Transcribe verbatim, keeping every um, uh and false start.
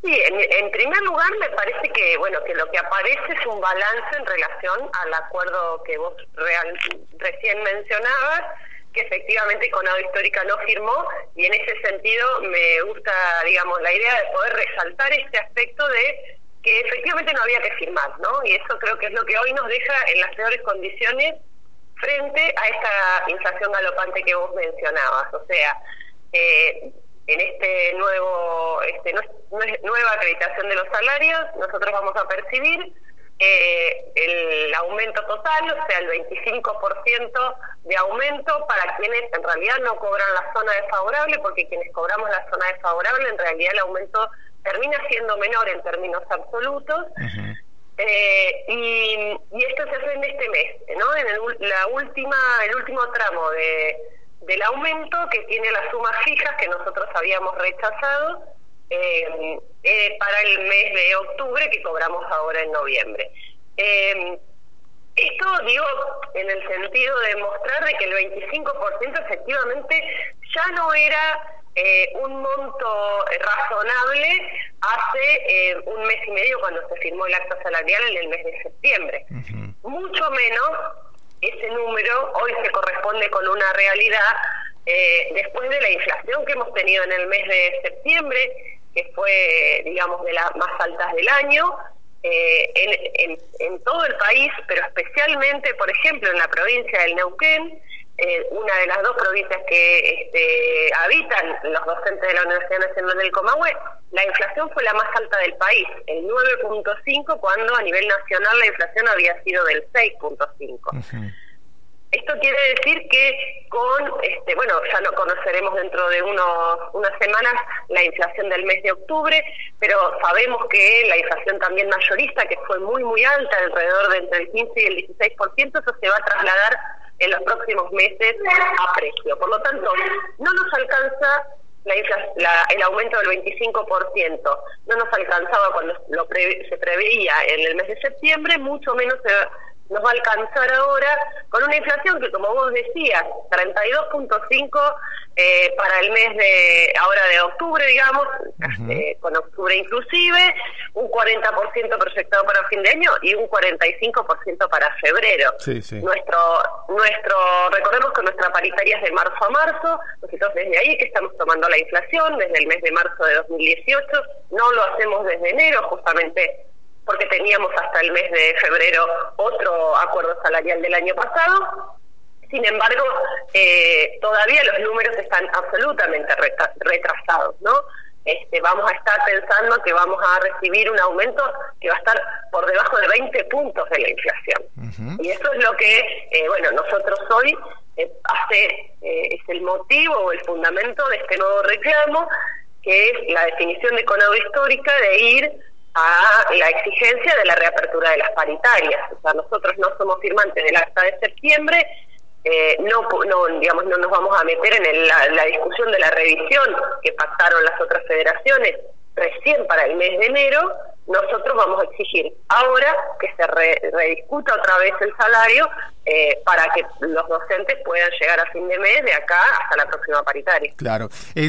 Sí, en, en primer lugar me parece que bueno que lo que aparece es un balance en relación al acuerdo que vos real, recién mencionabas, que efectivamente Conado Histórica no firmó, y en ese sentido me gusta, digamos, la idea de poder resaltar este aspecto de que efectivamente no había que firmar, ¿no? Y eso creo que es lo que hoy nos deja en las peores condiciones frente a esta inflación galopante que vos mencionabas. O sea, eh, en este nuevo este nueva acreditación de los salarios, nosotros vamos a percibir eh, el aumento total, o sea, el veinticinco por ciento de aumento para quienes en realidad no cobran la zona desfavorable, porque quienes cobramos la zona desfavorable, en realidad el aumento termina siendo menor en términos absolutos. Uh-huh. Eh, y, y esto se hace en este mes, ¿no? En el, la última, el último tramo de del aumento, que tiene las sumas fijas que nosotros habíamos rechazado eh, eh, para el mes de octubre, que cobramos ahora en noviembre. Eh, esto digo en el sentido de mostrar de que el veinticinco por ciento efectivamente ya no era eh, un monto razonable hace eh, un mes y medio, cuando se firmó el acta salarial en el mes de septiembre. Uh-huh. Mucho menos ese número hoy se corresponde con una realidad eh, después de la inflación que hemos tenido en el mes de septiembre, que fue, digamos, de las más altas del año, eh, en, en, en todo el país, pero especialmente, por ejemplo, en la provincia del Neuquén, eh, una de las dos provincias que este, habitan los docentes de la Universidad Nacional del Comahue. La inflación fue la más alta del país, el nueve punto cinco, cuando a nivel nacional la inflación había sido del seis punto cinco. Uh-huh. Esto quiere decir que con, este, bueno, ya lo conoceremos dentro de unos, unas semanas la inflación del mes de octubre, pero sabemos que la inflación también mayorista, que fue muy muy alta, alrededor de entre el quince y el dieciséis por ciento, eso se va a trasladar en los próximos meses a precio. Por lo tanto, no nos alcanza la, la el aumento del veinticinco por ciento, no nos alcanzaba cuando lo pre, se preveía en el mes de septiembre, mucho menos se nos va a alcanzar ahora con una inflación que, como vos decías, treinta y dos punto cinco eh, para el mes de ahora de octubre, digamos, uh-huh. eh, con octubre inclusive, un cuarenta por ciento proyectado para fin de año y un cuarenta y cinco por ciento para febrero. Sí, sí. Nuestro, nuestro, recordemos que nuestra paritaria es de marzo a marzo, nosotros desde ahí que estamos tomando la inflación, desde el mes de marzo de dos mil dieciocho, no lo hacemos desde enero, justamente porque teníamos hasta el mes de febrero otro acuerdo salarial del año pasado. Sin embargo, eh, todavía los números están absolutamente retrasados, ¿no? Este, vamos a estar pensando que vamos a recibir un aumento que va a estar por debajo de veinte puntos de la inflación. Uh-huh. Y eso es lo que, eh, bueno, nosotros hoy eh, hace, eh, es el motivo o el fundamento de este nuevo reclamo, que es la definición de Conado Histórica de ir a la exigencia de la reapertura de las paritarias. O sea, nosotros no somos firmantes del acta de septiembre, eh, no, no, digamos, no nos vamos a meter en el, la, la discusión de la revisión que pactaron las otras federaciones recién para el mes de enero. Nosotros vamos a exigir ahora que se re, rediscuta otra vez el salario eh, para que los docentes puedan llegar a fin de mes de acá hasta la próxima paritaria. Claro. Eh,